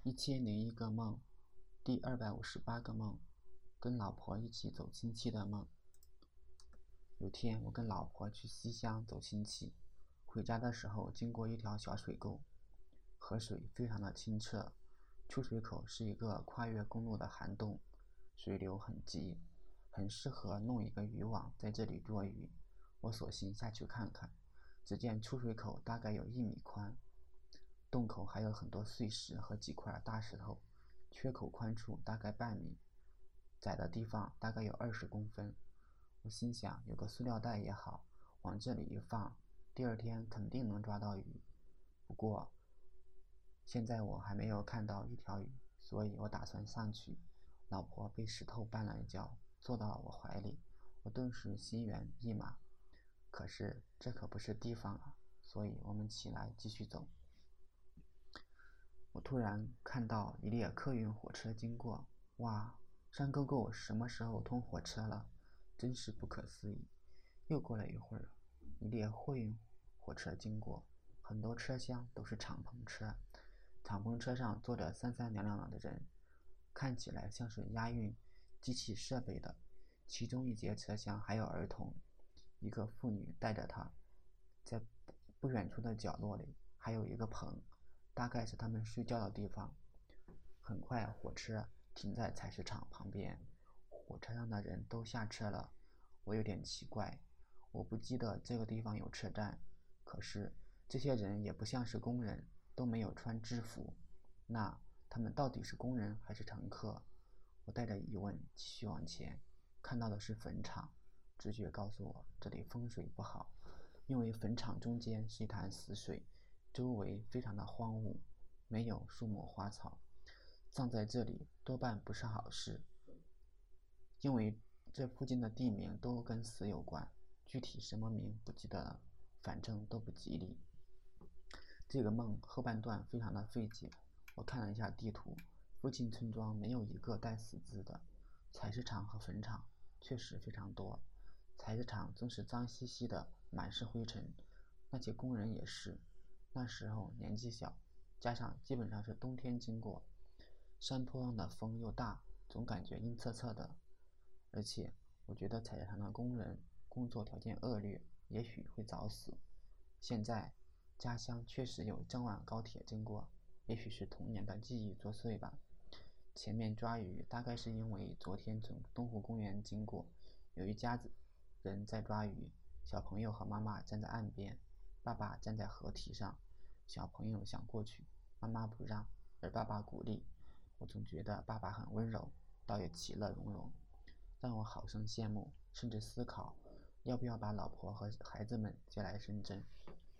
1001个梦，第258个梦，跟老婆一起走亲戚的梦。有天我跟老婆去西乡走亲戚，回家的时候经过一条小水沟，河水非常的清澈，出水口是一个跨越公路的涵洞，水流很急，很适合弄一个渔网在这里捉鱼。我索性下去看看，只见出水口大概有1米宽，洞口还有很多碎石和几块大石头，缺口宽处大概半米，窄的地方大概有20公分。我心想，有个塑料袋也好，往这里一放，第二天肯定能抓到鱼。不过现在我还没有看到一条鱼，所以我打算上去。老婆被石头绊了一跤，坐到我怀里，我顿时心猿意马。可是这可不是地方啊，所以我们起来继续走。我突然看到一列客运火车经过，哇，山沟沟什么时候通火车了？真是不可思议。又过了一会儿，一列货运火车经过，很多车厢都是敞篷车，敞篷车上坐着三三两两的人，看起来像是押运机器设备的。其中一节车厢还有儿童，一个妇女带着他，在不远处的角落里还有一个棚，大概是他们睡觉的地方。很快火车停在采石场旁边，火车上的人都下车了。我有点奇怪，我不记得这个地方有车站，可是这些人也不像是工人，都没有穿制服，那他们到底是工人还是乘客？我带着疑问继续往前，看到的是坟场，直觉告诉我这里风水不好，因为坟场中间是一潭死水，周围非常的荒芜，没有树木花草，葬在这里多半不是好事，因为这附近的地名都跟死有关，具体什么名不记得了，反正都不吉利。这个梦后半段非常的费解，我看了一下地图，附近村庄没有一个带死字的，采石场和坟场确实非常多，采石场总是脏兮兮的，满是灰尘，那些工人也是，那时候年纪小，加上基本上是冬天经过，山坡上的风又大，总感觉阴恻恻的。而且我觉得采石场的工人工作条件恶劣，也许会早死。现在家乡确实有郑万高铁经过，也许是童年的记忆作祟吧。前面抓鱼大概是因为昨天从东湖公园经过，有一家子人在抓鱼，小朋友和妈妈站在岸边，爸爸站在河堤上，小朋友想过去，妈妈不让，而爸爸鼓励。我总觉得爸爸很温柔，倒也其乐融融，让我好生羡慕，甚至思考要不要把老婆和孩子们接来深圳。